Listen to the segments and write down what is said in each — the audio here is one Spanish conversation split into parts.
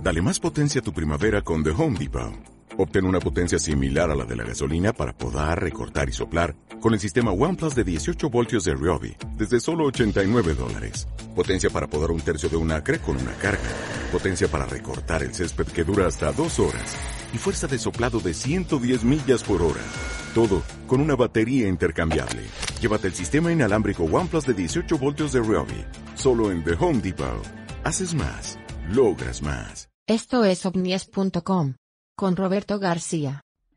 Dale más potencia a tu primavera con The Home Depot. Obtén una potencia similar a la de la gasolina para podar, recortar y soplar con el sistema OnePlus de 18 voltios de Ryobi desde solo $89. Potencia para podar un tercio de un acre con una carga. Potencia para recortar el césped que dura hasta 2 horas. Y fuerza de soplado de 110 millas por hora. Todo con una batería intercambiable. Llévate el sistema inalámbrico OnePlus de 18 voltios de Ryobi. Solo en The Home Depot. Haces más. Logras más. Esto es ovnies.com. Con Roberto García.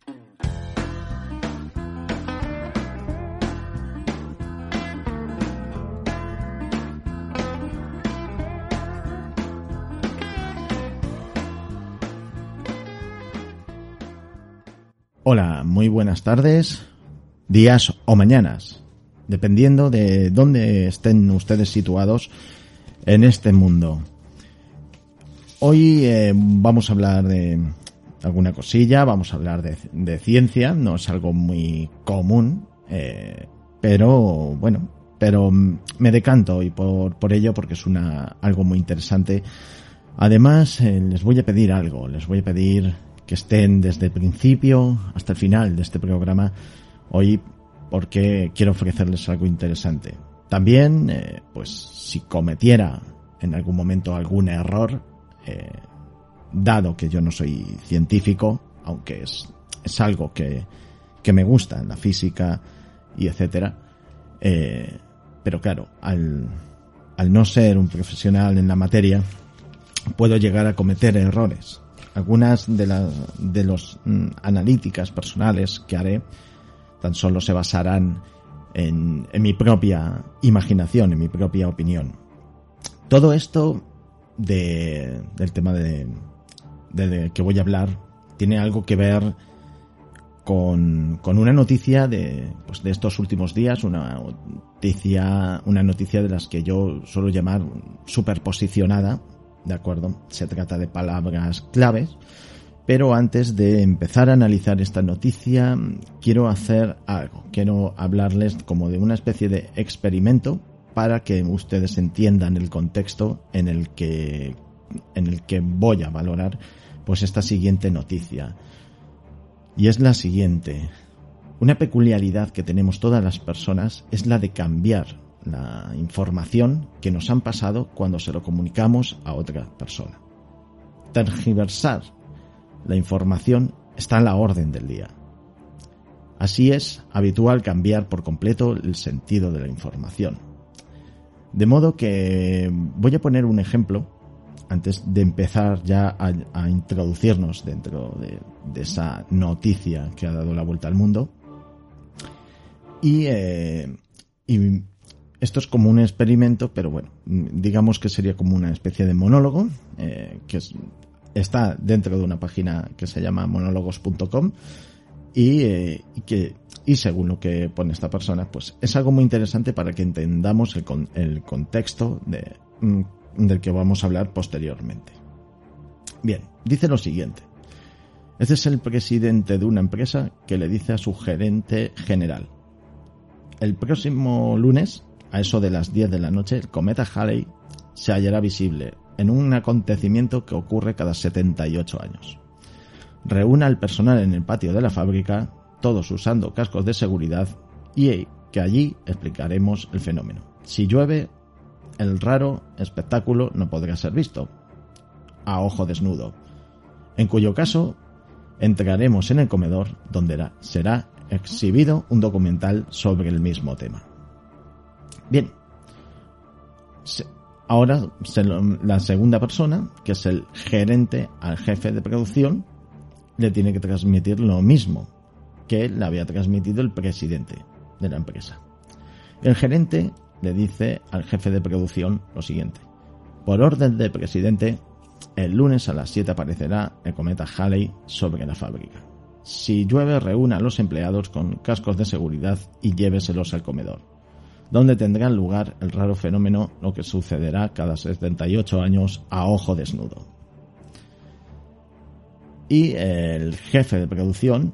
Hola, muy buenas tardes, días o mañanas, dependiendo de dónde estén ustedes situados en este mundo. Hoy vamos a hablar de alguna cosilla, vamos a hablar de ciencia, no es algo muy común, pero me decanto y por ello porque es algo muy interesante. Además, les voy a pedir algo, les voy a pedir que estén desde el principio hasta el final de este programa hoy porque quiero ofrecerles algo interesante. También, pues si cometiera en algún momento algún error, dado que yo no soy científico, aunque es algo que me gusta en la física y etcétera, pero claro, al no ser un profesional en la materia, puedo llegar a cometer errores. Algunas de los analíticas personales que haré tan solo se basarán en mi propia imaginación, en mi propia opinión. Todo esto del tema de que voy a hablar tiene algo que ver con una noticia de estos últimos días, una noticia de las que yo suelo llamar superposicionada, ¿de acuerdo? Se trata de palabras claves, pero antes de empezar a analizar esta noticia quiero hacer algo, quiero hablarles como de una especie de experimento para que ustedes entiendan el contexto en el que voy a valorar pues esta siguiente noticia. Y es la siguiente. Una peculiaridad que tenemos todas las personas es la de cambiar la información que nos han pasado cuando se lo comunicamos a otra persona. Tergiversar la información está en la orden del día. Así es habitual cambiar por completo el sentido de la información. De modo que voy a poner un ejemplo antes de empezar ya a introducirnos dentro de esa noticia que ha dado la vuelta al mundo. Y esto es como un experimento, pero bueno, digamos que sería como una especie de monólogo que está dentro de una página que se llama monólogos.com y según lo que pone esta persona, pues es algo muy interesante para que entendamos el contexto del que vamos a hablar posteriormente. Bien, dice lo siguiente. Este es el presidente de una empresa que le dice a su gerente general: el próximo lunes, a eso de las 10 de la noche, el cometa Halley se hallará visible en un acontecimiento que ocurre cada 78 años. Reúna al personal en el patio de la fábrica, todos usando cascos de seguridad, y que allí explicaremos el fenómeno. Si llueve, el raro espectáculo no podrá ser visto a ojo desnudo, en cuyo caso entraremos en el comedor donde será exhibido un documental sobre el mismo tema. Bien, ahora la segunda persona, que es el gerente al jefe de producción, le tiene que transmitir lo mismo que le había transmitido el presidente de la empresa. El gerente le dice al jefe de producción lo siguiente: por orden del presidente, el lunes a las 7 aparecerá el cometa Halley sobre la fábrica. Si llueve, reúna a los empleados con cascos de seguridad y lléveselos al comedor, donde tendrá lugar el raro fenómeno, lo que sucederá cada 78 años a ojo desnudo. Y el jefe de producción,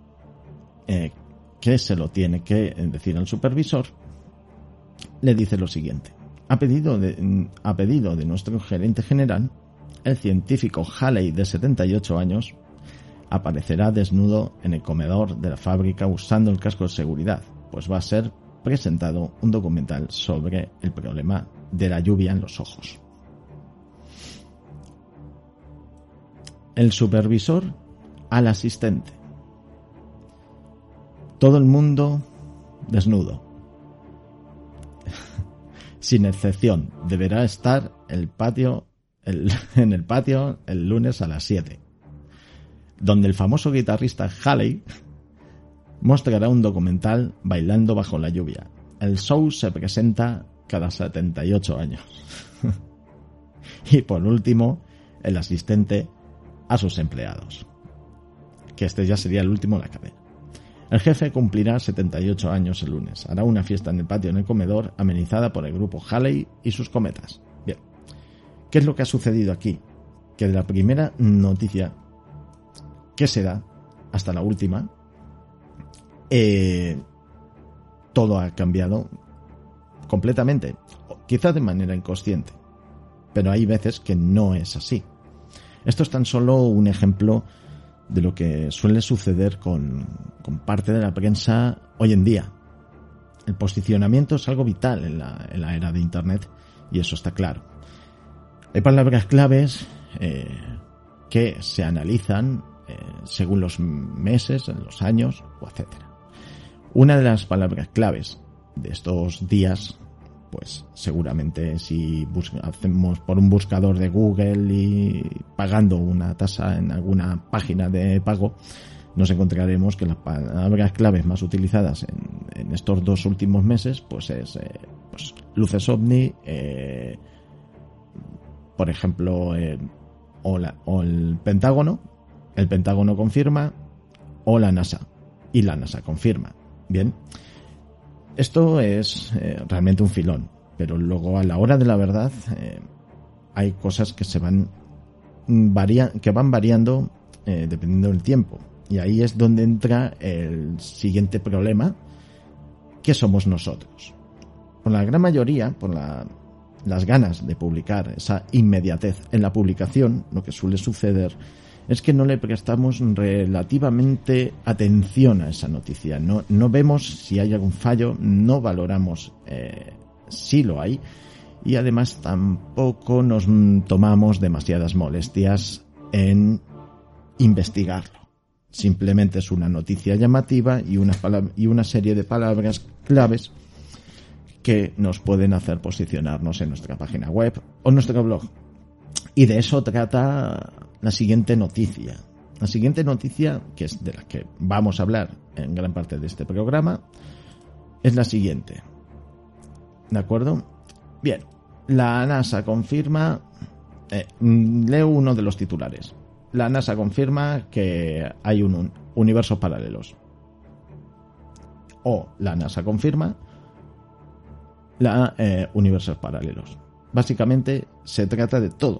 que se lo tiene que decir al supervisor, le dice lo siguiente: a pedido de nuestro gerente general, el científico Halley, de 78 años, aparecerá desnudo en el comedor de la fábrica usando el casco de seguridad, pues va a ser presentado un documental sobre el problema de la lluvia en los ojos. El supervisor al asistente. Todo el mundo desnudo. Sin excepción, deberá estar en el patio el lunes a las 7, donde el famoso guitarrista Halley mostrará un documental bailando bajo la lluvia. El show se presenta cada 78 años. Y por último, el asistente a sus empleados, que este ya sería el último en la cadena. El jefe cumplirá 78 años el lunes. Hará una fiesta en el patio en el comedor, amenizada por el grupo Halley y sus cometas. Bien, ¿qué es lo que ha sucedido aquí? Que de la primera noticia que se da hasta la última, todo ha cambiado completamente, quizás de manera inconsciente, pero hay veces que no es así. Esto es tan solo un ejemplo de lo que suele suceder con parte de la prensa hoy en día. El posicionamiento es algo vital en la era de Internet, y eso está claro. Hay palabras claves que se analizan según los meses, los años, etc. Una de las palabras claves de estos días, pues seguramente si hacemos por un buscador de Google y pagando una tasa en alguna página de pago, nos encontraremos que las palabras claves más utilizadas en estos 2 últimos meses pues es pues luces ovni, por ejemplo, o el Pentágono confirma, o la NASA, y la NASA confirma. Bien, esto es realmente un filón, pero luego a la hora de la verdad hay cosas que van variando dependiendo del tiempo, y ahí es donde entra el siguiente problema, que somos nosotros. Por la gran mayoría, por las ganas de publicar, esa inmediatez en la publicación, lo que suele suceder es que no le prestamos relativamente atención a esa noticia. No vemos si hay algún fallo, no valoramos si lo hay, y además tampoco nos tomamos demasiadas molestias en investigarlo. Simplemente es una noticia llamativa y una serie de palabras claves que nos pueden hacer posicionarnos en nuestra página web o nuestro blog. Y de eso trata la siguiente noticia. La siguiente noticia, que es de la que vamos a hablar en gran parte de este programa, es la siguiente. ¿De acuerdo? Bien, la NASA confirma... leo uno de los titulares. La NASA confirma que hay universos paralelos. O la NASA confirma universos paralelos. Básicamente se trata de todo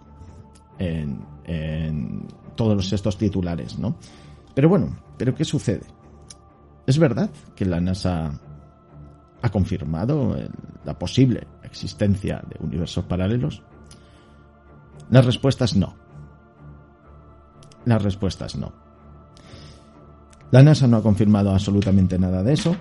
en todos estos titulares, ¿no? Pero bueno, ¿pero qué sucede? ¿Es verdad que la NASA ha confirmado la posible existencia de universos paralelos? La respuesta es no. La respuesta es no. La NASA no ha confirmado absolutamente nada de eso.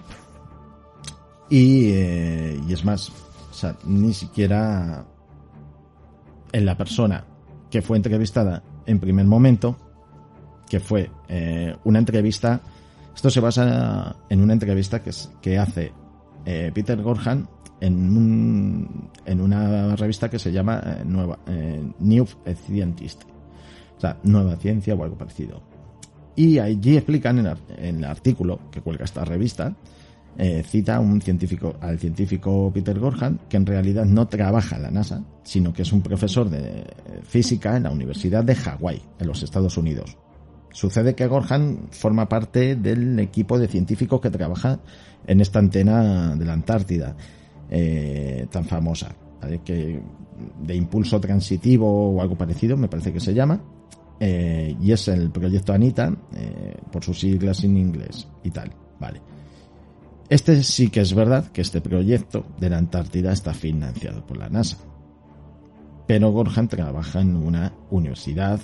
Y es más, o sea, ni siquiera en la persona que fue entrevistada en primer momento, que fue una entrevista. Esto se basa en una entrevista que hace Peter Gorhan en una revista que se llama New Scientist, o sea, Nueva Ciencia o algo parecido. Y allí explican en el artículo que cuelga esta revista, cita al científico Peter Gorhan, que en realidad no trabaja en la NASA, sino que es un profesor de física en la Universidad de Hawái, en los Estados Unidos. Sucede que Gorhan forma parte del equipo de científicos que trabaja en esta antena de la Antártida, tan famosa, ¿vale? Que de impulso transitivo o algo parecido, me parece que se llama, y es el proyecto ANITA, por sus siglas en inglés y tal, vale. Este sí que es verdad que este proyecto de la Antártida está financiado por la NASA. pero Gorham trabaja en una universidad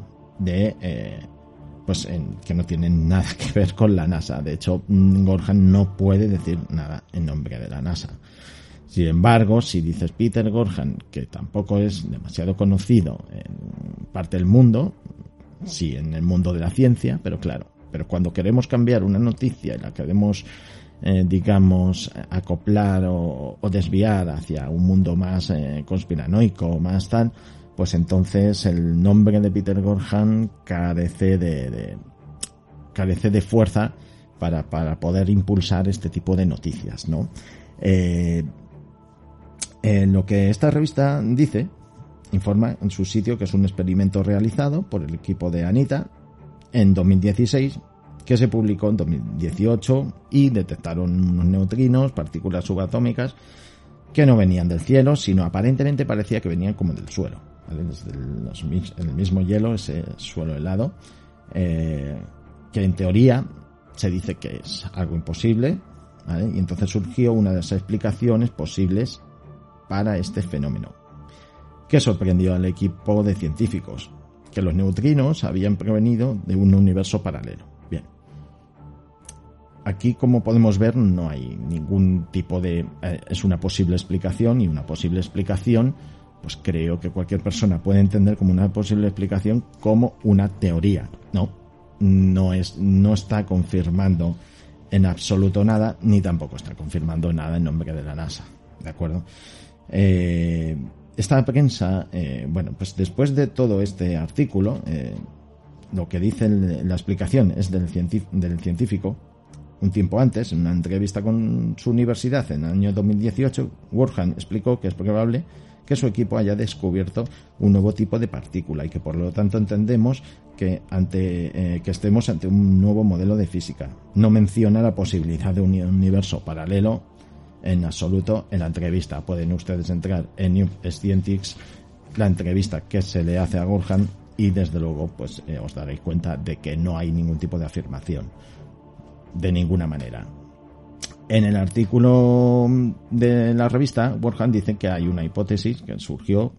que no tiene nada que ver con la NASA. De hecho, Gorham no puede decir nada en nombre de la NASA. Sin embargo, si dices Peter Gorham, que tampoco es demasiado conocido en parte del mundo, sí, en el mundo de la ciencia, pero cuando queremos cambiar una noticia y la queremos, acoplar o desviar hacia un mundo más conspiranoico, más tal, pues entonces el nombre de Peter Gorham carece de fuerza para poder impulsar este tipo de noticias, ¿no? Lo que esta revista dice, informa en su sitio que es un experimento realizado por el equipo de Anita en 2016, que se publicó en 2018 y detectaron unos neutrinos, partículas subatómicas, que no venían del cielo, sino aparentemente parecía que venían como del suelo, ¿vale? Desde el mismo hielo, ese suelo helado, que en teoría se dice que es algo imposible, ¿vale? Y entonces surgió una de las explicaciones posibles para este fenómeno, que sorprendió al equipo de científicos, que los neutrinos habían provenido de un universo paralelo. Bien, aquí, como podemos ver, no hay ningún tipo de... es una posible explicación, y una posible explicación, pues creo que cualquier persona puede entender como una posible explicación como una teoría. No está confirmando en absoluto nada, ni tampoco está confirmando nada en nombre de la NASA, ¿de acuerdo? Esta prensa, pues después de todo este artículo, lo que dice la explicación es del científico. Un tiempo antes, en una entrevista con su universidad en el año 2018, Gorham explicó que es probable que su equipo haya descubierto un nuevo tipo de partícula y que por lo tanto entendemos que estemos ante un nuevo modelo de física. No menciona la posibilidad de un universo paralelo en absoluto en la entrevista. Pueden ustedes entrar en New Scientist, la entrevista que se le hace a Gorham, y desde luego pues os daréis cuenta de que no hay ningún tipo de afirmación de ninguna manera. En el artículo de la revista, Gorham dice que hay una hipótesis que surgió,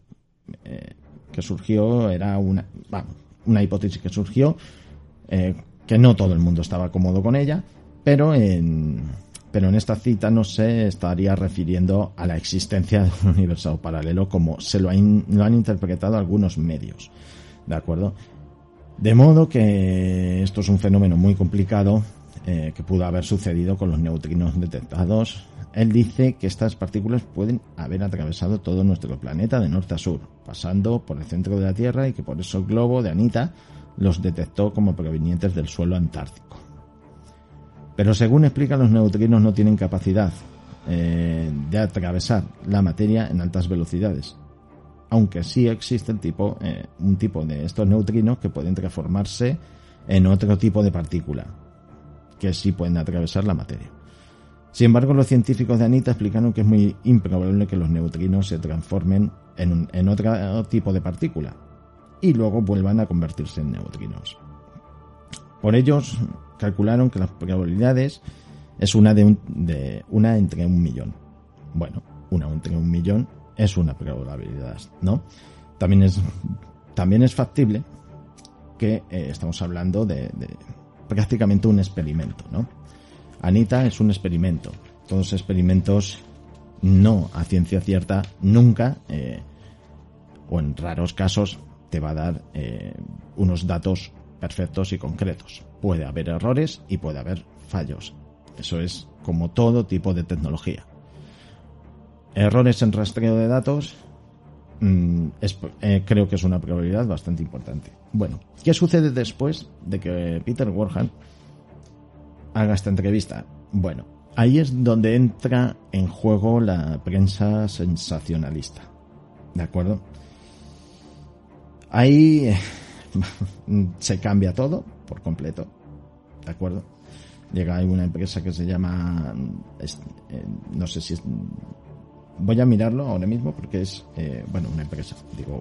era una hipótesis que surgió, que no todo el mundo estaba cómodo con ella, pero en esta cita no se estaría refiriendo a la existencia de un universo paralelo como lo han interpretado algunos medios, ¿de acuerdo? De modo que esto es un fenómeno muy complicado, que pudo haber sucedido con los neutrinos detectados. Él dice que estas partículas pueden haber atravesado todo nuestro planeta de norte a sur, pasando por el centro de la Tierra, y que por eso el globo de Anita los detectó como provenientes del suelo antártico. Pero según explica, los neutrinos no tienen capacidad de atravesar la materia en altas velocidades, aunque sí existe un tipo de estos neutrinos que pueden transformarse en otro tipo de partícula, que sí pueden atravesar la materia. Sin embargo, los científicos de Anita explicaron que es muy improbable que los neutrinos se transformen en otro tipo de partícula y luego vuelvan a convertirse en neutrinos. Por ellos calcularon que las probabilidades es una entre 1.000.000. Bueno, una entre 1.000.000 es una probabilidad, ¿no? También es factible que estamos hablando de prácticamente un experimento, ¿no? Anita es un experimento. Todos los experimentos, no a ciencia cierta, nunca, o en raros casos, te va a dar unos datos perfectos y concretos. Puede haber errores y puede haber fallos. Eso es como todo tipo de tecnología. Errores en rastreo de datos, creo que es una probabilidad bastante importante. Bueno, ¿qué sucede después de que Peter Gorham haga esta entrevista? Bueno, ahí es donde entra en juego la prensa sensacionalista, ¿de acuerdo? Ahí se cambia todo por completo, ¿de acuerdo? Llega una empresa que se llama, no sé si es, voy a mirarlo ahora mismo porque es, una empresa,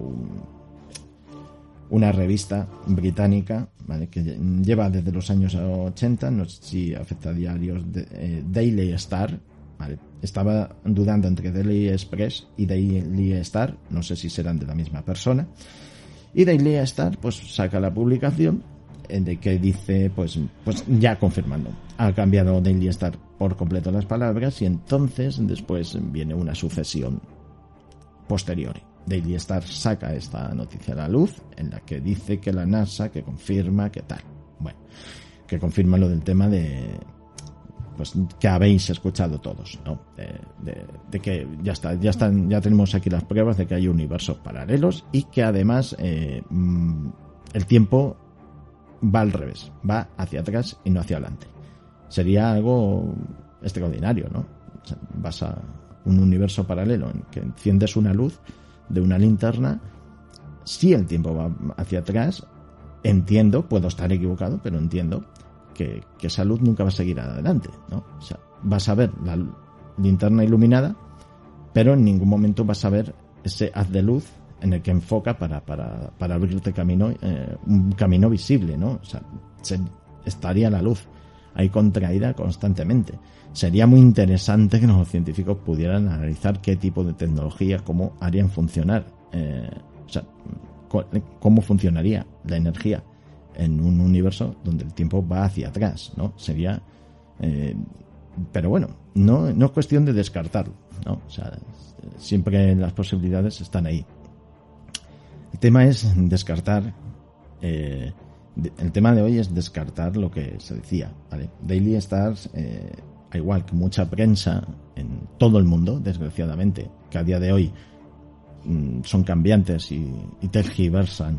una revista británica, ¿vale?, que lleva desde los años 80, no sé si afecta a diarios, Daily Star, ¿vale? estaba dudando entre Daily Express y Daily Star, no sé si serán de la misma persona, y Daily Star pues saca la publicación de que dice pues ya confirmando, ha cambiado Daily Star por completo las palabras, y entonces después viene una sucesión posterior. Daily Star saca esta noticia a la luz en la que dice que la NASA, que confirma que tal, bueno, que confirma lo del tema de pues que habéis escuchado todos, ¿no? De que ya tenemos aquí las pruebas de que hay universos paralelos, y que además el tiempo va al revés, va hacia atrás y no hacia adelante. Sería algo extraordinario, ¿no? O sea, vas a un universo paralelo en que enciendes una luz de una linterna. Si el tiempo va hacia atrás, entiendo, puedo estar equivocado, pero entiendo que esa luz nunca va a seguir adelante, ¿no? O sea, vas a ver la linterna iluminada, pero en ningún momento vas a ver ese haz de luz en el que enfoca para abrirte camino, un camino visible, ¿no? O sea, estaría la luz ahí contraída constantemente. Sería muy interesante que los científicos pudieran analizar qué tipo de tecnología, cómo harían funcionar, o sea, cómo funcionaría la energía en un universo donde el tiempo va hacia atrás, ¿no? Sería, pero bueno, no es cuestión de descartarlo, ¿no? O sea, siempre las posibilidades están ahí. El tema es descartar, el tema de hoy es descartar lo que se decía, ¿vale? Daily Stars, al igual que mucha prensa en todo el mundo, desgraciadamente, que a día de hoy son cambiantes y tergiversan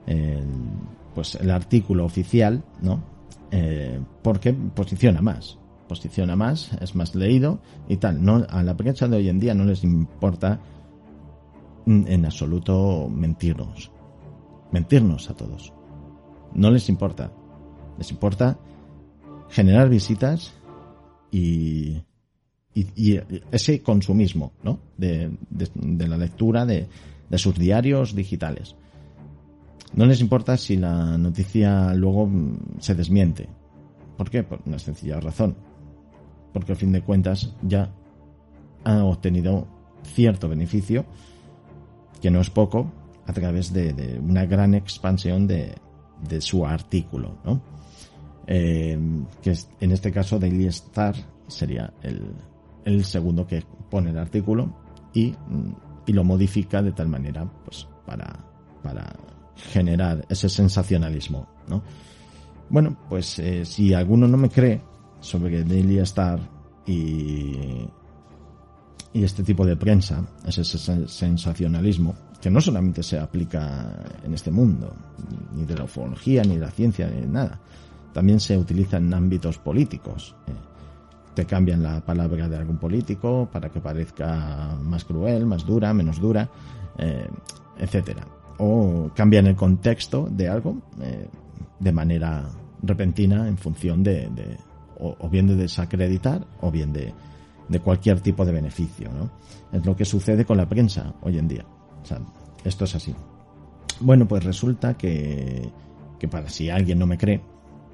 el artículo oficial, ¿no? Porque posiciona más, es más leído y tal. No, a la prensa de hoy en día no les importa en absoluto mentirnos a todos. No les importa. Les importa generar visitas y ese consumismo, ¿no? De la lectura de sus diarios digitales. No les importa si la noticia luego se desmiente. ¿Por qué? Por una sencilla razón. Porque al fin de cuentas ya han obtenido cierto beneficio, que no es poco, a través de una gran expansión de su artículo, ¿no? Que en este caso Daily Star sería el segundo que pone el artículo y lo modifica de tal manera pues para generar ese sensacionalismo, ¿no? Bueno, pues si alguno no me cree sobre Daily Star y este tipo de prensa, ese sensacionalismo, que no solamente se aplica en este mundo, ni de la ufología, ni de la ciencia, ni de nada, también se utiliza en ámbitos políticos. Te cambian la palabra de algún político para que parezca más cruel, más dura, menos dura, etcétera. O cambian el contexto de algo de manera repentina en función o bien de desacreditar o bien de cualquier tipo de beneficio, ¿no? Es lo que sucede con la prensa hoy en día. O sea, esto es así. Bueno, pues resulta que para si alguien no me cree,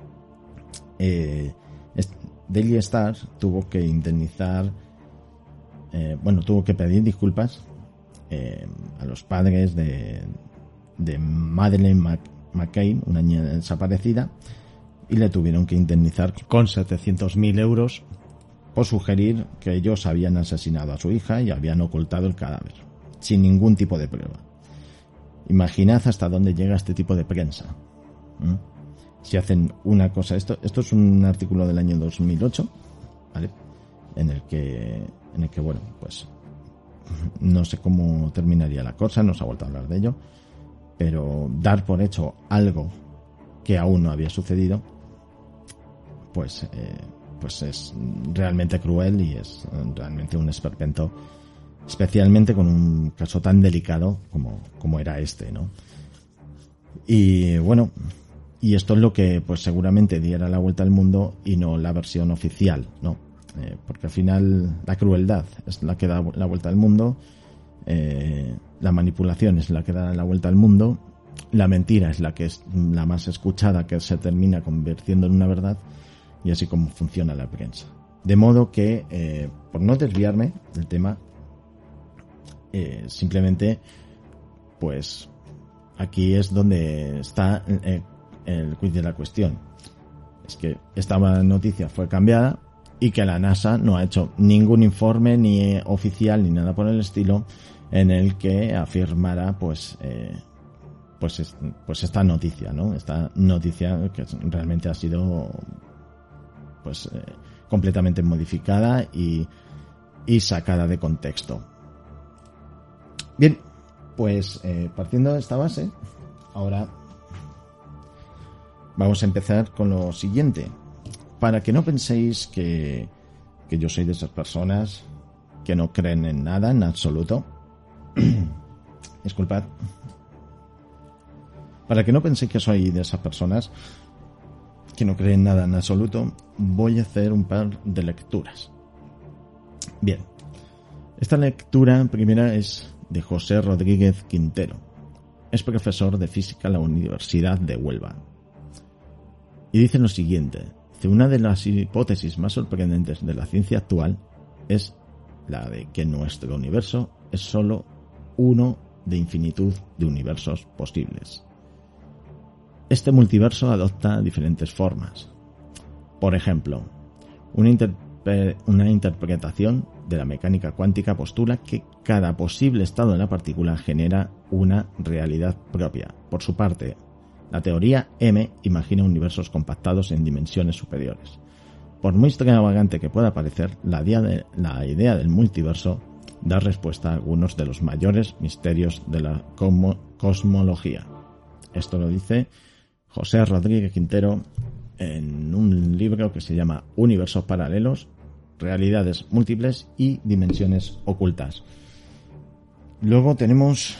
Daily Star tuvo que indemnizar, tuvo que pedir disculpas a los padres de Madeleine McCann, una niña desaparecida, y le tuvieron que indemnizar con 700.000 euros por sugerir que ellos habían asesinado a su hija y habían ocultado el cadáver, sin ningún tipo de prueba. Imaginad hasta dónde llega este tipo de prensa. Si hacen una cosa, esto es un artículo del año 2008, ¿vale? En el que bueno, pues no sé cómo terminaría la cosa, no se ha vuelto a hablar de ello, pero dar por hecho algo que aún no había sucedido, pues es realmente cruel y es realmente un esperpento, especialmente con un caso tan delicado como era este, ¿no? Y bueno, y esto es lo que pues seguramente diera la vuelta al mundo y no la versión oficial, ¿no? Porque al final la crueldad es la que da la vuelta al mundo, la manipulación es la que da la vuelta al mundo, la mentira es la que es la más escuchada, que se termina convirtiendo en una verdad, y así como funciona la prensa. De modo que, por no desviarme del tema, simplemente, pues, aquí es donde está el quiz de la cuestión. Es que esta noticia fue cambiada y que la NASA no ha hecho ningún informe ni oficial ni nada por el estilo en el que afirmara pues esta noticia, ¿no? Esta noticia que realmente ha sido pues completamente modificada y sacada de contexto. Bien, pues partiendo de esta base, ahora vamos a empezar con lo siguiente. Para que no penséis que yo soy de esas personas que no creen en nada, en absoluto. Disculpad. Para que no penséis que soy de esas personas que no creen en nada en absoluto, voy a hacer un par de lecturas. Bien. Esta lectura primera es de José Rodríguez Quintero. Es profesor de física en la Universidad de Huelva. Y dice lo siguiente. Una de las hipótesis más sorprendentes de la ciencia actual es la de que nuestro universo es solo uno de infinitud de universos posibles. Este multiverso adopta diferentes formas. Por ejemplo, una interpretación de la mecánica cuántica postula que cada posible estado de la partícula genera una realidad propia. Por su parte, la teoría M imagina universos compactados en dimensiones superiores. Por muy extravagante que pueda parecer, la idea del multiverso da respuesta a algunos de los mayores misterios de la cosmología. Esto lo dice José Rodríguez Quintero en un libro que se llama Universos paralelos, realidades múltiples y dimensiones ocultas. Luego tenemos,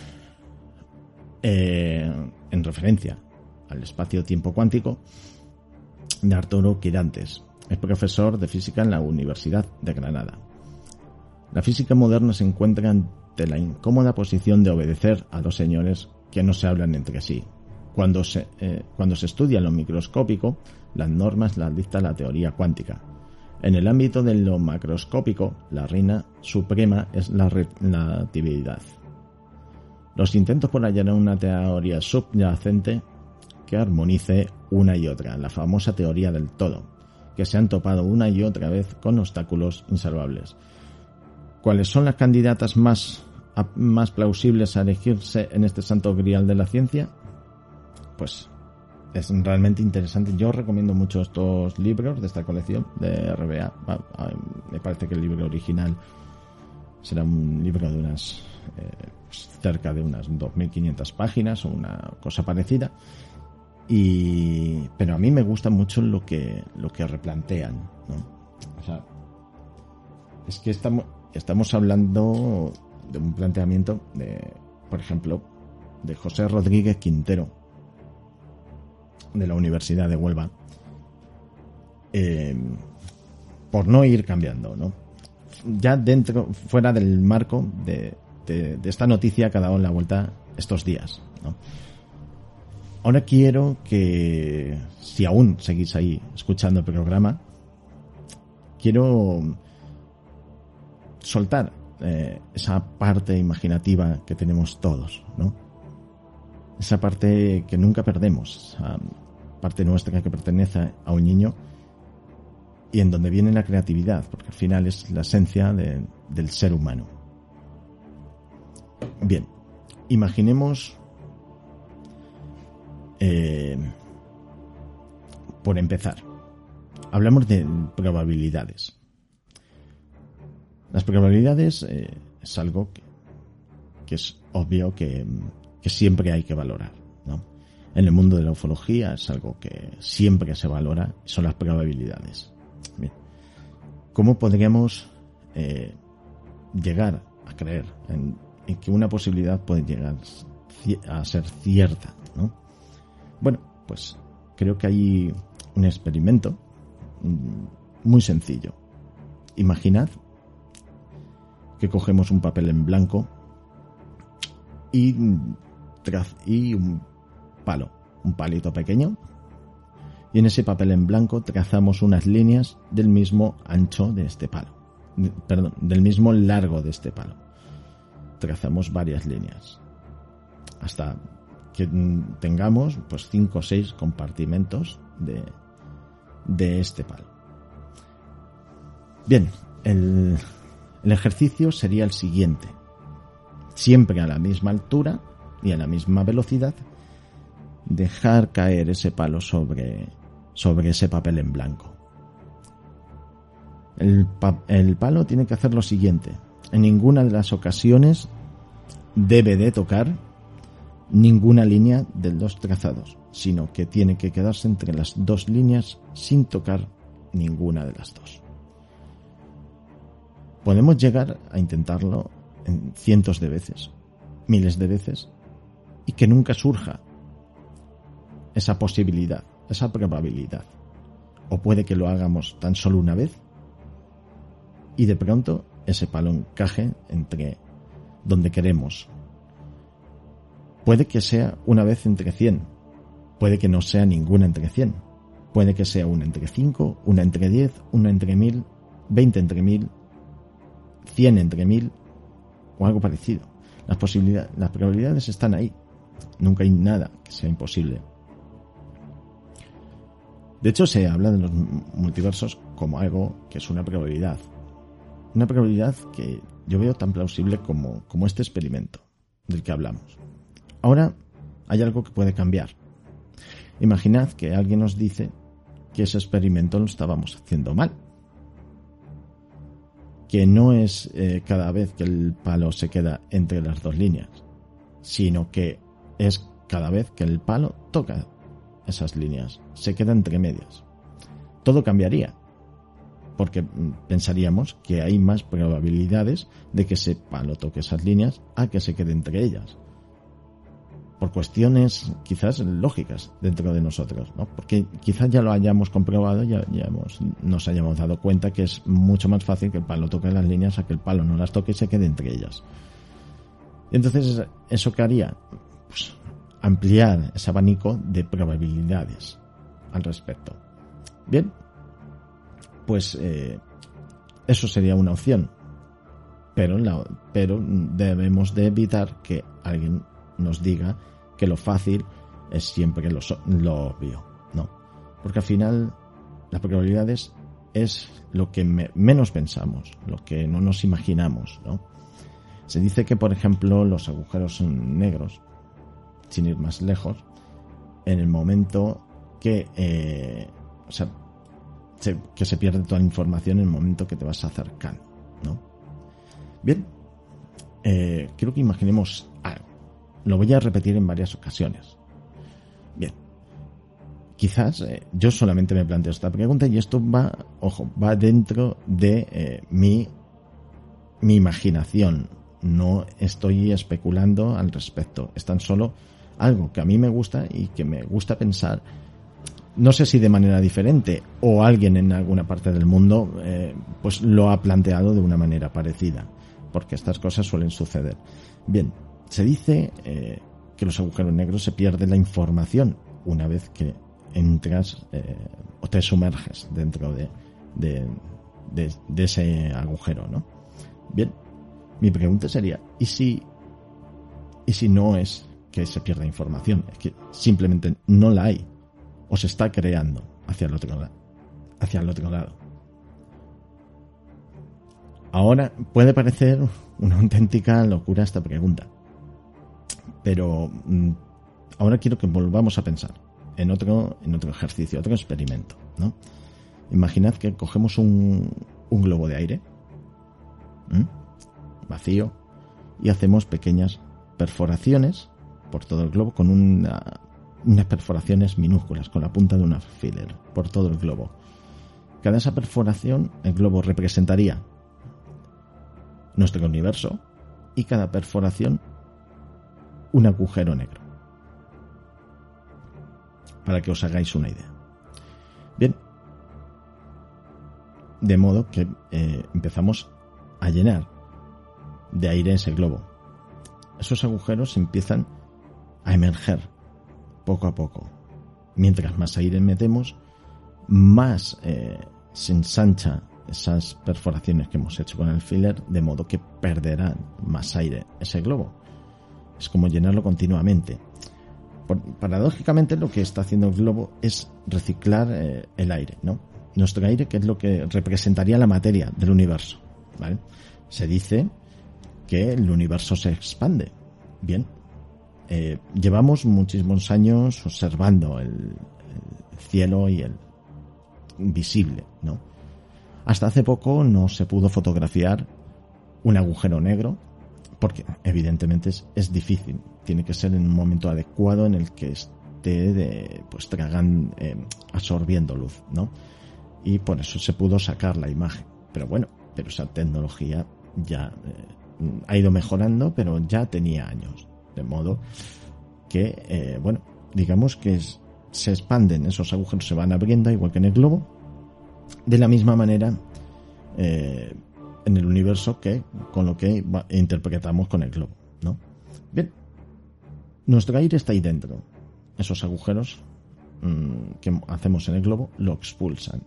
en referencia al espacio-tiempo cuántico, de Arturo Quirantes. Es profesor de física en la Universidad de Granada. La física moderna se encuentra ante la incómoda posición de obedecer a dos señores que no se hablan entre sí. Cuando se estudia lo microscópico, las normas las dicta la teoría cuántica. En el ámbito de lo macroscópico, la reina suprema es la relatividad. Los intentos por hallar una teoría subyacente que armonice una y otra, la famosa teoría del todo, que se han topado una y otra vez con obstáculos insalvables. ¿Cuáles son las candidatas más plausibles a elegirse en este santo grial de la ciencia? Pues es realmente interesante. Yo recomiendo mucho estos libros de esta colección de RBA. Me parece que el libro original será un libro de unas cerca de unas 2.500 páginas o una cosa parecida. Pero a mí me gusta mucho lo que replantean, ¿no? O sea, es que estamos hablando de un planteamiento por ejemplo, de José Rodríguez Quintero, de la Universidad de Huelva, por no ir cambiando, ¿no? Ya fuera del marco de esta noticia que ha dado la vuelta estos días, ¿no? Ahora quiero que, si aún seguís ahí escuchando el programa, quiero soltar esa parte imaginativa que tenemos todos, ¿no? Esa parte que nunca perdemos, esa parte nuestra que pertenece a un niño y en donde viene la creatividad, porque al final es la esencia del ser humano. Bien, imaginemos, por empezar, hablamos de probabilidades. Las probabilidades es algo que es obvio que siempre hay que valorar, ¿no? En el mundo de la ufología es algo que siempre se valora, son las probabilidades. Bien. ¿Cómo podríamos llegar a creer en que una posibilidad puede llegar a ser cierta, ¿no? Bueno, pues creo que hay un experimento muy sencillo. Imaginad que cogemos un papel en blanco y un palito pequeño, y en ese papel en blanco trazamos unas líneas del mismo ancho de este palo. Perdón, del mismo largo de este palo. Trazamos varias líneas hasta que tengamos pues 5 o 6 compartimentos de este palo. Bien, el ejercicio sería el siguiente. Siempre a la misma altura y a la misma velocidad, dejar caer ese palo sobre ese papel en blanco. El palo tiene que hacer lo siguiente. En ninguna de las ocasiones debe de tocar ninguna línea de los trazados, sino que tiene que quedarse entre las 2 líneas sin tocar ninguna de las 2. Podemos llegar a intentarlo en cientos de veces, miles de veces, y que nunca surja esa posibilidad, esa probabilidad. O puede que lo hagamos tan solo una vez y de pronto ese palo encaje entre donde queremos. Puede que sea una vez entre 100, puede que no sea ninguna entre 100, puede que sea una entre 5, una entre 10, una entre 1000, 20 entre 1000, 100 entre 1000 o algo parecido. Las probabilidades están ahí. Nunca hay nada que sea imposible. De hecho, se habla de los multiversos como algo que es una probabilidad. Una probabilidad que yo veo tan plausible como este experimento del que hablamos. Ahora hay algo que puede cambiar. Imaginad que alguien nos dice que ese experimento lo estábamos haciendo mal. Que no es cada vez que el palo se queda entre las 2 líneas, sino que es cada vez que el palo toca esas líneas, se queda entre medias. Todo cambiaría, porque pensaríamos que hay más probabilidades de que ese palo toque esas líneas a que se quede entre ellas. Por cuestiones quizás lógicas dentro de nosotros, ¿no? Porque quizás ya lo hayamos comprobado, nos hayamos dado cuenta que es mucho más fácil que el palo toque las líneas a que el palo no las toque y se quede entre ellas. Y entonces, ¿eso qué haría? Pues ampliar ese abanico de probabilidades al respecto. Bien, pues eso sería una opción, pero debemos de evitar que alguien nos diga que lo fácil es siempre lo obvio, no, porque al final las probabilidades es lo que menos pensamos, lo que no nos imaginamos, ¿no? Se dice que, por ejemplo, los agujeros negros, sin ir más lejos, en el momento que que se pierde toda la información en el momento que te vas acercando, ¿no? Bien, quiero que imaginemos algo. Lo voy a repetir en varias ocasiones. Bien, quizás yo solamente me planteo esta pregunta y esto va dentro de mi imaginación. No estoy especulando al respecto. Es tan solo algo que a mí me gusta y que me gusta pensar. No sé si de manera diferente o alguien en alguna parte del mundo pues lo ha planteado de una manera parecida, porque estas cosas suelen suceder. Bien, se dice que los agujeros negros se pierde la información una vez que entras o te sumerges dentro de ese agujero, ¿no? Bien, mi pregunta sería, ¿y si no es que se pierda información? Es que simplemente no la hay o se está creando hacia el otro lado. Ahora puede parecer una auténtica locura esta pregunta, pero ahora quiero que volvamos a pensar en otro ejercicio, otro experimento, ¿no? Imaginad que cogemos un globo de aire vacío y hacemos pequeñas perforaciones por todo el globo con unas perforaciones minúsculas con la punta de un alfiler por todo el globo. Cada esa perforación, el globo representaría nuestro universo y cada perforación un agujero negro, para que os hagáis una idea. Bien, de modo que empezamos a llenar de aire ese globo. Esos agujeros empiezan a emerger poco a poco mientras más aire metemos, más se ensancha esas perforaciones que hemos hecho con el filler, de modo que perderá más aire ese globo. Es como llenarlo continuamente. Paradójicamente, lo que está haciendo el globo es reciclar el aire, ¿no? Nuestro aire, que es lo que representaría la materia del universo, ¿vale? Se dice que el universo se expande. Bien, llevamos muchísimos años observando el cielo y el visible, ¿no? Hasta hace poco no se pudo fotografiar un agujero negro porque evidentemente es difícil. Tiene que ser en un momento adecuado en el que esté absorbiendo luz, ¿no? Y por eso se pudo sacar la imagen. Pero bueno, esa tecnología ya ha ido mejorando, pero ya tenía años. De modo que, digamos que se expanden, esos agujeros se van abriendo, igual que en el globo, de la misma manera en el universo que con lo que interpretamos con el globo, ¿no? Bien, nuestro aire está ahí dentro. Esos agujeros que hacemos en el globo lo expulsan.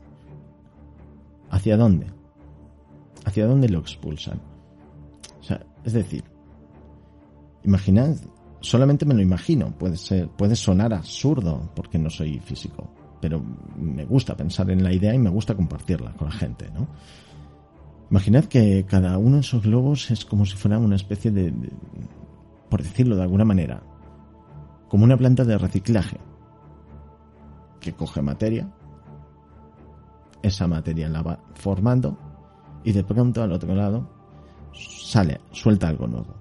¿Hacia dónde? ¿Hacia dónde lo expulsan? O sea, es decir, imaginad, solamente me lo imagino, puede sonar absurdo porque no soy físico, pero me gusta pensar en la idea y me gusta compartirla con la gente, ¿no? Imaginad que cada uno de esos globos es como si fuera una especie de, por decirlo de alguna manera, como una planta de reciclaje que coge materia, esa materia la va formando y de pronto al otro lado suelta algo nuevo.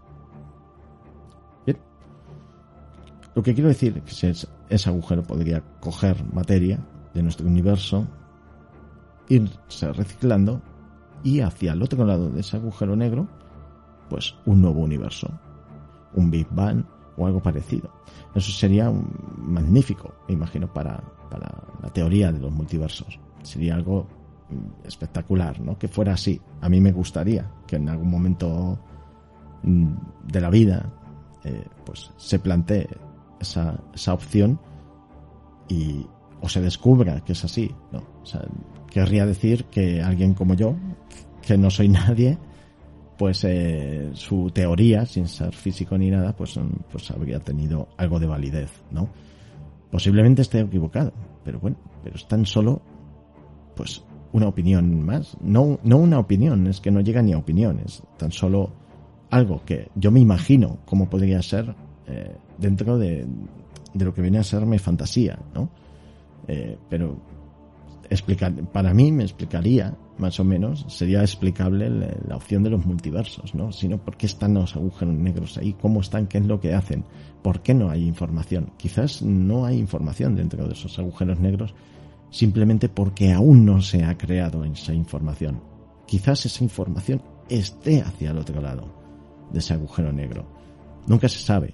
Bien. Lo que quiero decir es que ese agujero podría coger materia de nuestro universo, irse reciclando y hacia el otro lado de ese agujero negro, pues un nuevo universo, un Big Bang o algo parecido. Eso sería magnífico, me imagino, para la teoría de los multiversos. Sería algo espectacular, ¿no? Que fuera así. A mí me gustaría que en algún momento de la vida pues se plantee esa opción o se descubra que es así, ¿no? O sea, querría decir que alguien como yo, que no soy nadie, pues su teoría, sin ser físico ni nada, pues habría tenido algo de validez, ¿no? Posiblemente esté equivocado, pero bueno, pero es tan solo pues una opinión más, no una opinión, es que no llega ni a opiniones, tan solo algo que yo me imagino cómo podría ser dentro de lo que viene a ser mi fantasía, ¿no? Pero para mí me explicaría, más o menos, sería explicable la opción de los multiversos, ¿no? Sino por qué están los agujeros negros ahí, cómo están, qué es lo que hacen, por qué no hay información. Quizás no hay información dentro de esos agujeros negros simplemente porque aún no se ha creado esa información. Quizás esa información esté hacia el otro lado de ese agujero negro. Nunca se sabe.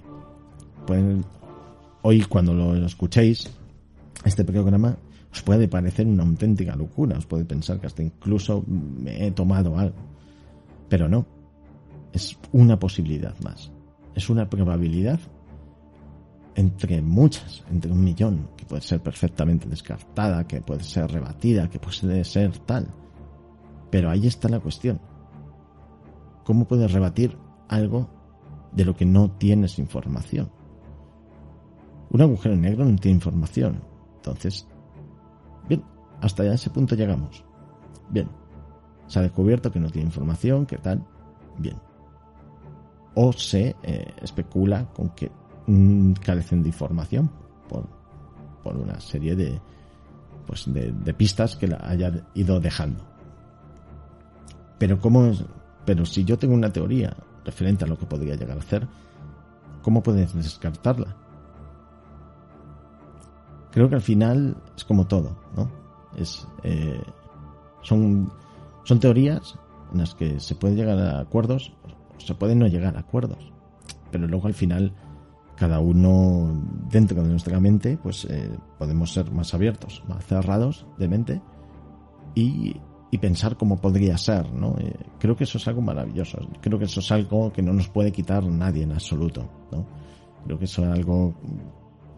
Hoy, cuando lo escuchéis, este programa, os puede parecer una auténtica locura, os puede pensar que hasta incluso me he tomado algo, pero no, es una posibilidad más, es una probabilidad entre muchas, entre 1.000.000, que puede ser perfectamente descartada, que puede ser rebatida, que puede ser tal, pero ahí está la cuestión. ¿Cómo puedes rebatir algo de lo que no tienes información? Un agujero negro no tiene información, entonces bien, hasta ese punto llegamos. Bien, se ha descubierto que no tiene información, que tal, bien. O se especula con que carecen de información por una serie de pistas que la haya ido dejando. Pero si yo tengo una teoría referente a lo que podría llegar a hacer, ¿cómo puedes descartarla? Creo que al final es como todo, ¿no? Son teorías en las que se puede llegar a acuerdos o se puede no llegar a acuerdos, pero luego al final cada uno dentro de nuestra mente pues podemos ser más abiertos, más cerrados de mente y pensar cómo podría ser, ¿no? Creo que eso es algo maravilloso, creo que eso es algo que no nos puede quitar nadie en absoluto, ¿no? Creo que eso es algo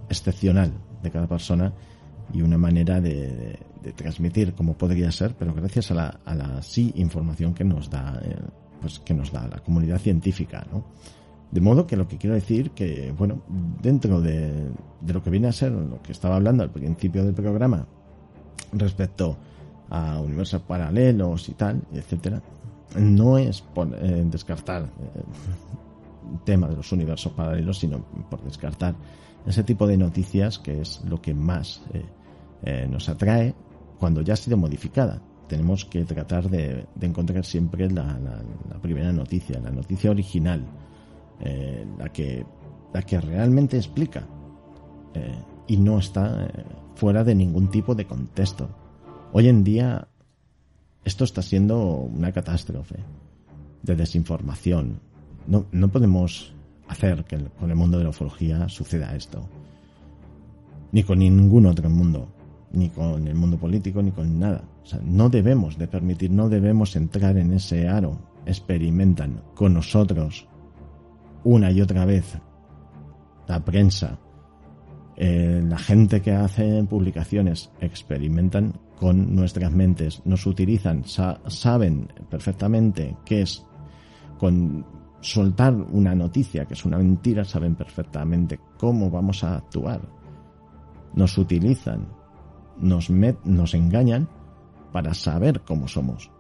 excepcional de cada persona y una manera de transmitir como podría ser, pero gracias a la sí información que nos da que nos da la comunidad científica, ¿no? De modo que lo que quiero decir que, bueno, dentro de lo que viene a ser lo que estaba hablando al principio del programa respecto a universos paralelos y tal, etcétera, no es por descartar el tema de los universos paralelos, sino por descartar ese tipo de noticias que es lo que más nos atrae cuando ya ha sido modificada. Tenemos que tratar de encontrar siempre la primera noticia, la noticia original, la que realmente explica y no está fuera de ningún tipo de contexto. Hoy en día esto está siendo una catástrofe de desinformación. No podemos hacer que con el mundo de la ufología suceda esto, ni con ningún otro mundo, ni con el mundo político, ni con nada. O sea, no debemos de permitir, no debemos entrar en ese aro. Experimentan con nosotros una y otra vez la prensa, la gente que hace publicaciones, experimentan con nuestras mentes, nos utilizan, saben perfectamente qué es con soltar una noticia que es una mentira, saben perfectamente cómo vamos a actuar. Nos utilizan, nos engañan para saber cómo somos.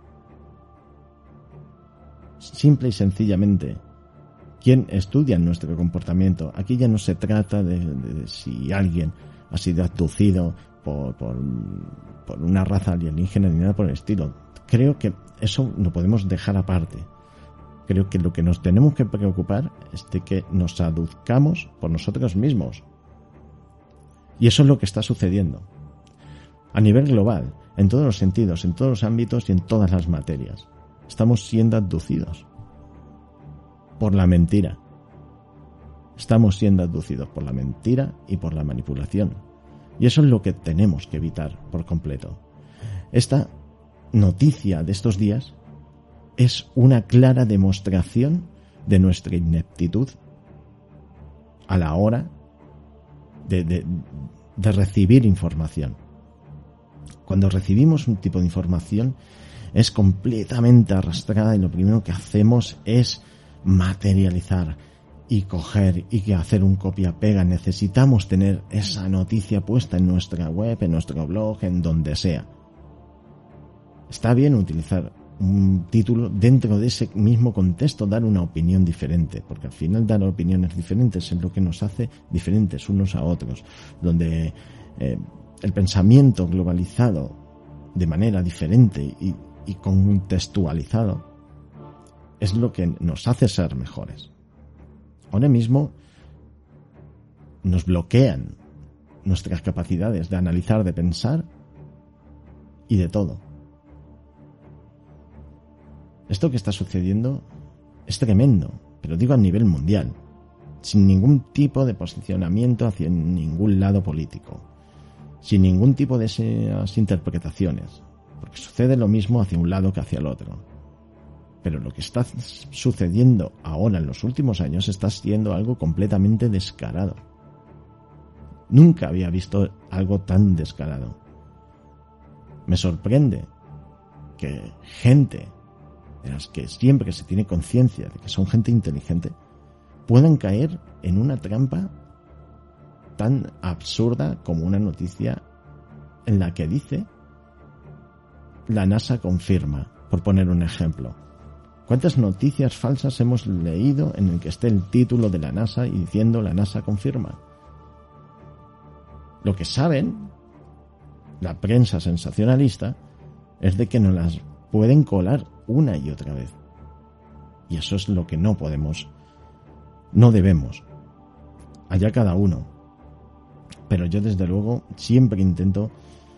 Simple y sencillamente, ¿quién estudia nuestro comportamiento? Aquí ya no se trata de si alguien ha sido abducido por una raza alienígena ni nada por el estilo. Creo que eso lo podemos dejar aparte. Creo que lo que nos tenemos que preocupar es de que nos aduzcamos por nosotros mismos. Y eso es lo que está sucediendo. A nivel global, en todos los sentidos, en todos los ámbitos y en todas las materias. Estamos siendo abducidos por la mentira. Estamos siendo abducidos por la mentira y por la manipulación. Y eso es lo que tenemos que evitar por completo. Esta noticia de estos días es una clara demostración de nuestra ineptitud a la hora de recibir información. Cuando recibimos un tipo de información es completamente arrastrada y lo primero que hacemos es materializar y coger y hacer un copia-pega. Necesitamos tener esa noticia puesta en nuestra web, en nuestro blog, en donde sea. Está bien utilizar un título dentro de ese mismo contexto, dar una opinión diferente, porque al final dar opiniones diferentes es lo que nos hace diferentes unos a otros, donde el pensamiento globalizado de manera diferente y contextualizado es lo que nos hace ser mejores. Ahora mismo nos bloquean nuestras capacidades de analizar, de pensar y de todo. Esto que está sucediendo es tremendo, pero digo a nivel mundial, sin ningún tipo de posicionamiento hacia ningún lado político, sin ningún tipo de esas interpretaciones, porque sucede lo mismo hacia un lado que hacia el otro. Pero lo que está sucediendo ahora en los últimos años está siendo algo completamente descarado. Nunca había visto algo tan descarado. Me sorprende que gente de las que siempre se tiene conciencia de que son gente inteligente puedan caer en una trampa tan absurda como una noticia en la que dice la NASA confirma, por poner un ejemplo. ¿Cuántas noticias falsas hemos leído en el que esté el título de la NASA y diciendo la NASA confirma? Lo que saben la prensa sensacionalista es de que nos las pueden colar una y otra vez. Y eso es lo que no podemos, no debemos. Allá cada uno. Pero yo desde luego siempre intento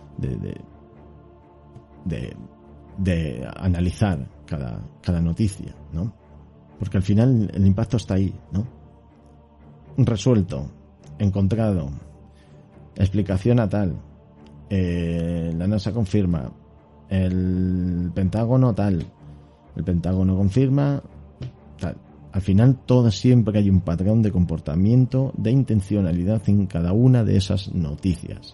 de analizar cada noticia, ¿no? Porque al final el impacto está ahí, ¿no? Resuelto, encontrado, explicación a tal, la NASA confirma, el Pentágono tal, el Pentágono confirma tal. Al final, siempre hay un patrón de comportamiento, de intencionalidad en cada una de esas noticias.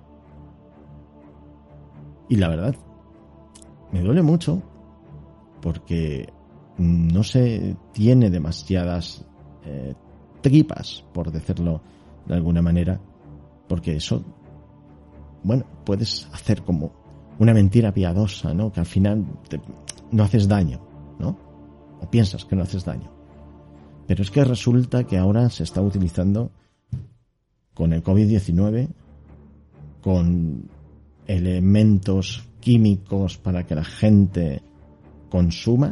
Y la verdad, me duele mucho porque no se tiene demasiadas tripas, por decirlo de alguna manera, porque eso, bueno, puedes hacer como una mentira piadosa, ¿no? Que al final no haces daño, ¿no? O piensas que no haces daño. Pero es que resulta que ahora se está utilizando con el COVID-19, con elementos químicos para que la gente consuma.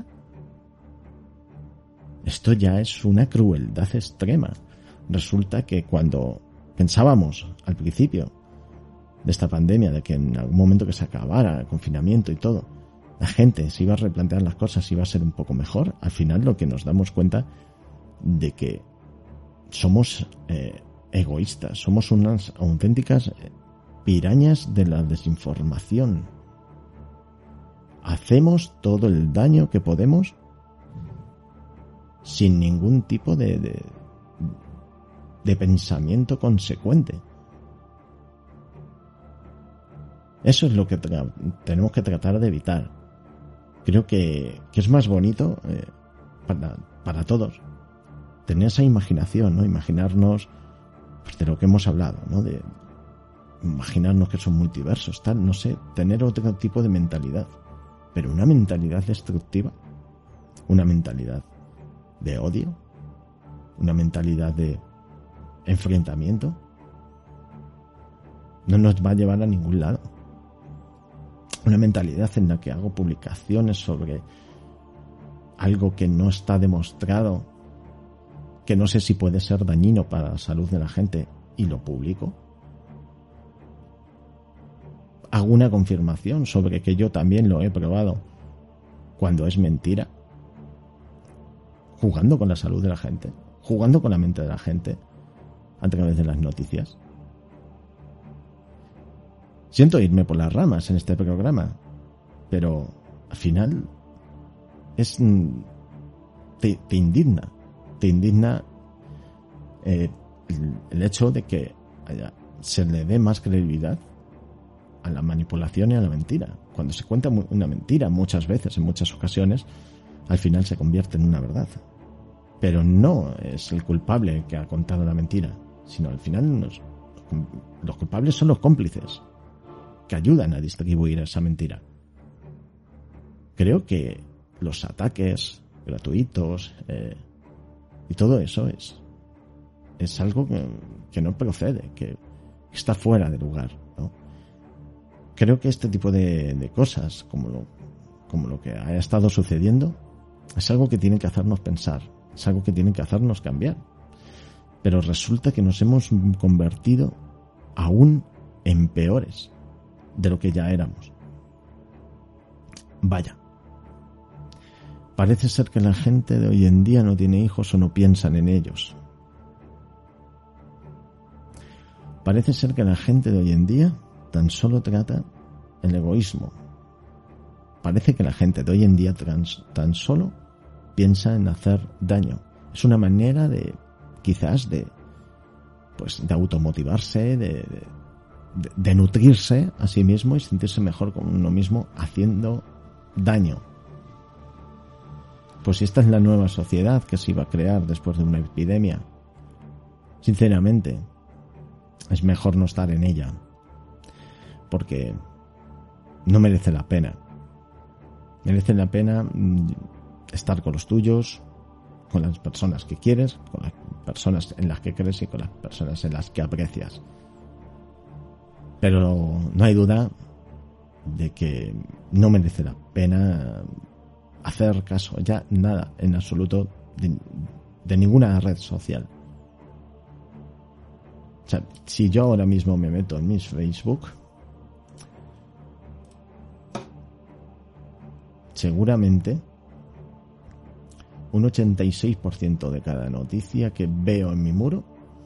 Esto ya es una crueldad extrema. Resulta que cuando pensábamos al principio de esta pandemia, de que en algún momento que se acabara el confinamiento y todo, la gente se iba a replantear las cosas, iba a ser un poco mejor, al final lo que nos damos cuenta de que somos egoístas, somos unas auténticas pirañas de la desinformación. Hacemos todo el daño que podemos sin ningún tipo de pensamiento consecuente. Eso es lo que tenemos que tratar de evitar. Creo que es más bonito para todos tener esa imaginación, ¿no? Imaginarnos pues, de lo que hemos hablado, ¿no? De imaginarnos que son multiversos, tal, no sé, tener otro tipo de mentalidad, pero una mentalidad destructiva, una mentalidad de odio, una mentalidad de enfrentamiento, no nos va a llevar a ningún lado. Una mentalidad en la que hago publicaciones sobre algo que no está demostrado, que no sé si puede ser dañino para la salud de la gente, y lo publico. Hago una confirmación sobre que yo también lo he probado cuando es mentira, jugando con la salud de la gente, jugando con la mente de la gente a través de las noticias. Siento irme por las ramas en este programa, pero al final te indigna el hecho de que se le dé más credibilidad a la manipulación y a la mentira. Cuando se cuenta una mentira muchas veces, en muchas ocasiones, al final se convierte en una verdad. Pero no es el culpable que ha contado la mentira, sino al final los culpables son los cómplices que ayudan a distribuir esa mentira. Creo que los ataques gratuitos y todo eso es algo que no procede, que está fuera de lugar, ¿no? Creo que este tipo de cosas, como lo que ha estado sucediendo, es algo que tiene que hacernos pensar, es algo que tiene que hacernos cambiar. Pero resulta que nos hemos convertido aún en peores de lo que ya éramos. Vaya. Parece ser que la gente de hoy en día no tiene hijos o no piensan en ellos. Parece ser que la gente de hoy en día tan solo trata el egoísmo. Parece que la gente de hoy en día tan solo piensa en hacer daño. Es una manera quizás de automotivarse, de nutrirse a sí mismo y sentirse mejor con uno mismo haciendo daño. Pues esta es la nueva sociedad que se iba a crear después de una epidemia. Sinceramente, es mejor no estar en ella, porque no merece la pena. Merece la pena estar con los tuyos, con las personas que quieres, con las personas en las que crees y con las personas en las que aprecias. Pero no hay duda de que no merece la pena hacer caso ya nada en absoluto de ninguna red social. O sea, si yo ahora mismo me meto en mi Facebook, seguramente un 86% de cada noticia que veo en mi muro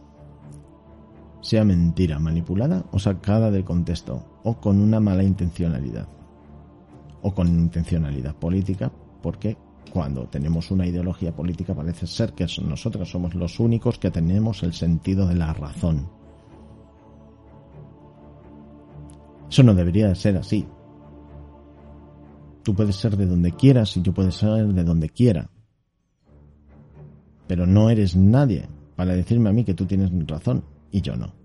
sea mentira, manipulada o sacada del contexto, o con una mala intencionalidad, o con intencionalidad política, porque cuando tenemos una ideología política parece ser que nosotros somos los únicos que tenemos el sentido de la razón. Eso no debería de ser así. Tú puedes ser de donde quieras y yo puedo ser de donde quiera. Pero no eres nadie para decirme a mí que tú tienes razón y yo no.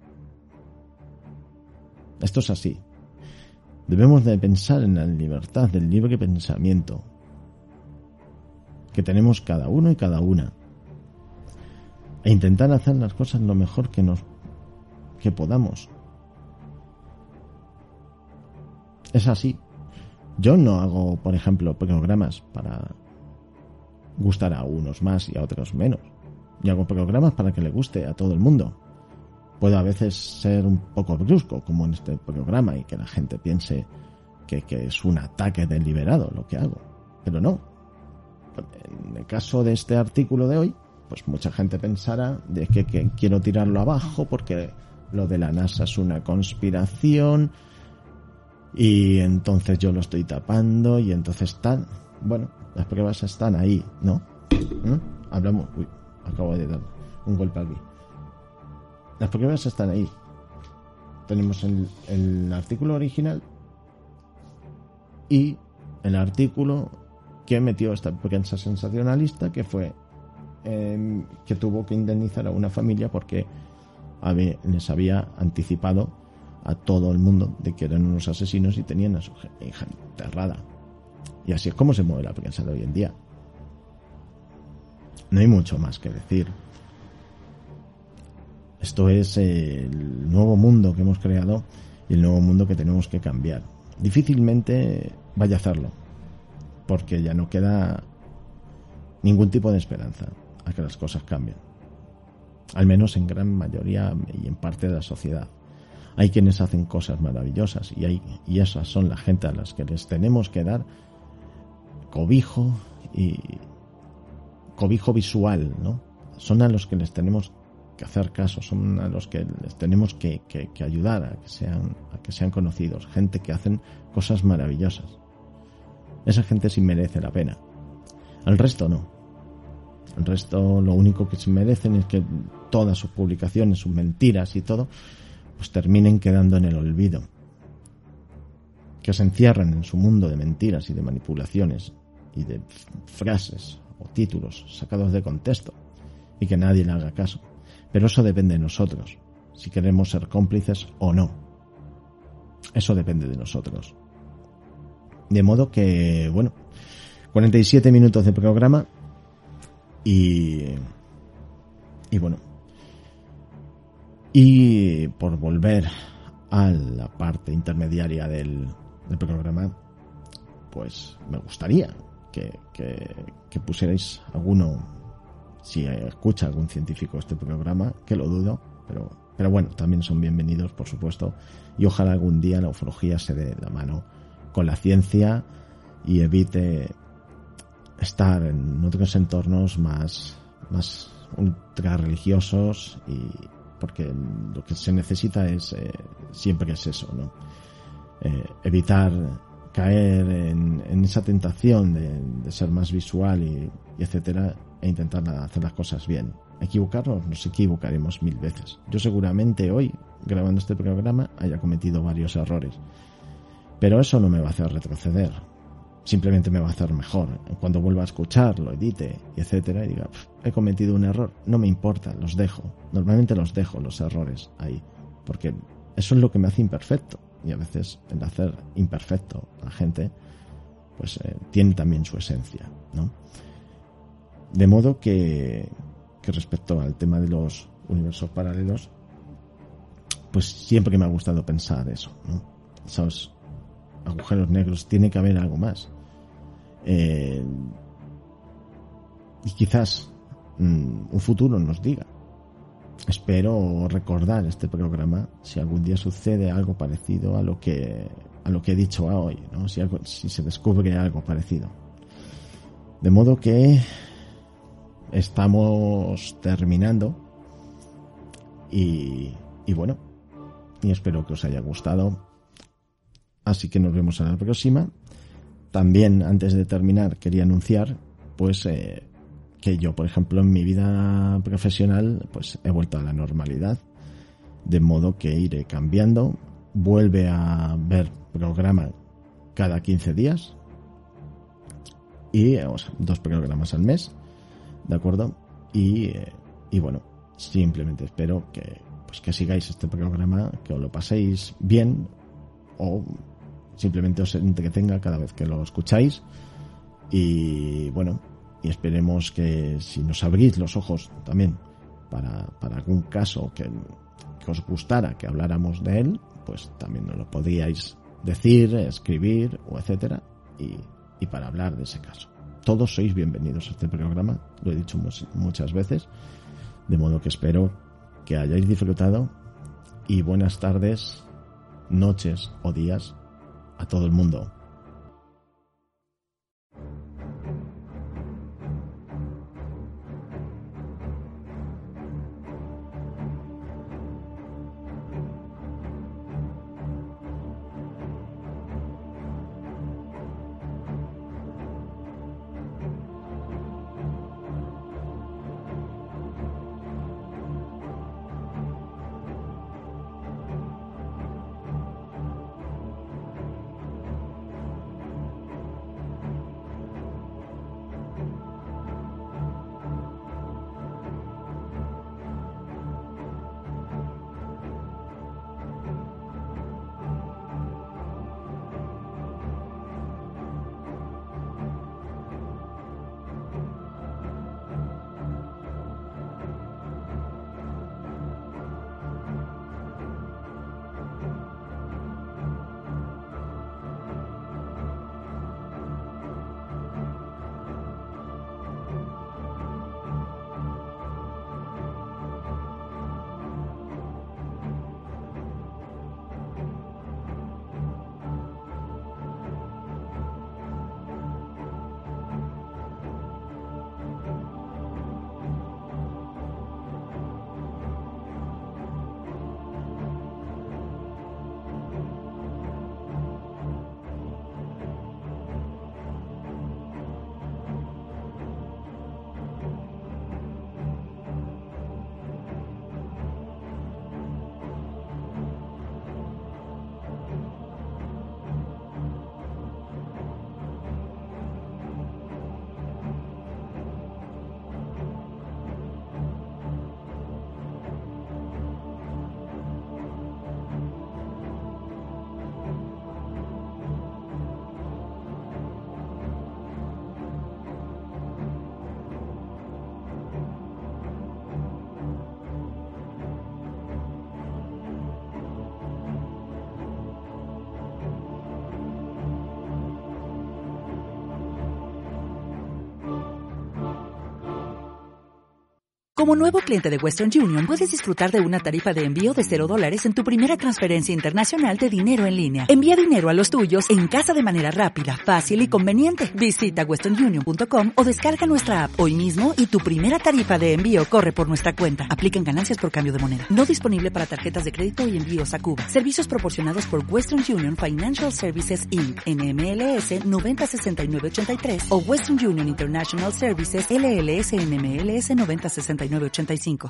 Esto es así. Debemos de pensar en la libertad del libre pensamiento que tenemos cada uno y cada una e intentar hacer las cosas lo mejor que podamos. Es así. Yo no hago, por ejemplo, programas para gustar a unos más y a otros menos. Yo hago programas para que le guste a todo el mundo. Puedo a veces ser un poco brusco, como en este programa, y que la gente piense que es un ataque deliberado lo que hago. Pero no. En el caso de este artículo de hoy, pues mucha gente pensará de que quiero tirarlo abajo porque lo de la NASA es una conspiración y entonces yo lo estoy tapando y entonces tal. Bueno, las pruebas están ahí, ¿no? Hablamos. Uy, acabo de dar un golpe aquí. Las pruebas están ahí. Tenemos el artículo original y el artículo que metió esta prensa sensacionalista, que fue que tuvo que indemnizar a una familia porque les había anticipado a todo el mundo de que eran unos asesinos y tenían a su hija enterrada. Y así es como se mueve la prensa de hoy en día. No hay mucho más que decir. Esto es el nuevo mundo que hemos creado y el nuevo mundo que tenemos que cambiar. Difícilmente vaya a hacerlo, porque ya no queda ningún tipo de esperanza a que las cosas cambien. Al menos en gran mayoría y en parte de la sociedad. Hay quienes hacen cosas maravillosas y esas son la gente a las que les tenemos que dar cobijo y cobijo visual, ¿no? Son a los que les tenemos que hacer caso, son a los que les tenemos que ayudar a que sean conocidos, gente que hacen cosas maravillosas. Esa gente sí merece la pena. El resto no. El resto lo único que se merecen es que todas sus publicaciones, sus mentiras y todo, pues terminen quedando en el olvido. Que se encierren en su mundo de mentiras y de manipulaciones y de frases o títulos sacados de contexto y que nadie le haga caso. Pero eso depende de nosotros, si queremos ser cómplices o no. Eso depende de nosotros. De modo que, bueno, 47 minutos de programa y bueno. Y por volver a la parte intermediaria del programa, pues me gustaría que pusierais alguno, si escucha algún científico este programa, que lo dudo, pero bueno, también son bienvenidos, por supuesto, y ojalá algún día la ufología se dé la mano con la ciencia y evite estar en otros entornos más ultra religiosos, y porque lo que se necesita es siempre es eso, ¿no? Evitar caer en esa tentación de ser más visual y etcétera, e intentar hacer las cosas bien. Equivocarnos, nos equivocaremos 1000 veces. Yo seguramente hoy, grabando este programa, haya cometido varios errores, pero eso no me va a hacer retroceder, simplemente me va a hacer mejor. Cuando vuelva a escuchar, lo edite y etcétera, y diga, he cometido un error, no me importa, los dejo. Normalmente los dejo, los errores ahí, porque eso es lo que me hace imperfecto, y a veces el hacer imperfecto a la gente pues tiene también su esencia, ¿no? De modo que respecto al tema de los universos paralelos, pues siempre me ha gustado pensar eso, ¿no? Esos agujeros negros, tiene que haber algo más. Y quizás un futuro nos diga. Espero recordar este programa si algún día sucede algo parecido a lo que he dicho hoy, ¿no? Si se descubre algo parecido. De modo que estamos terminando y bueno, y espero que os haya gustado. Así que nos vemos en la próxima. También, antes de terminar, quería anunciar pues que yo, por ejemplo, en mi vida profesional, pues he vuelto a la normalidad, de modo que iré cambiando. Vuelve a ver programa cada 15 días y 2 programas al mes, ¿de acuerdo? Y bueno, simplemente espero que sigáis este programa, que os lo paséis bien o simplemente os entretenga cada vez que lo escucháis. Y bueno, y esperemos que si nos abrís los ojos también para algún caso que os gustara que habláramos de él, pues también nos lo podríais decir, escribir o etcétera, y para hablar de ese caso. Todos sois bienvenidos a este programa, lo he dicho muchas veces, de modo que espero que hayáis disfrutado y buenas tardes, noches o días a todo el mundo. Como nuevo cliente de Western Union, puedes disfrutar de una tarifa de envío de $0 en tu primera transferencia internacional de dinero en línea. Envía dinero a los tuyos en casa de manera rápida, fácil y conveniente. Visita westernunion.com o descarga nuestra app hoy mismo y tu primera tarifa de envío corre por nuestra cuenta. Aplican ganancias por cambio de moneda. No disponible para tarjetas de crédito y envíos a Cuba. Servicios proporcionados por Western Union Financial Services Inc. NMLS 906983 o Western Union International Services LLS NMLS 906985.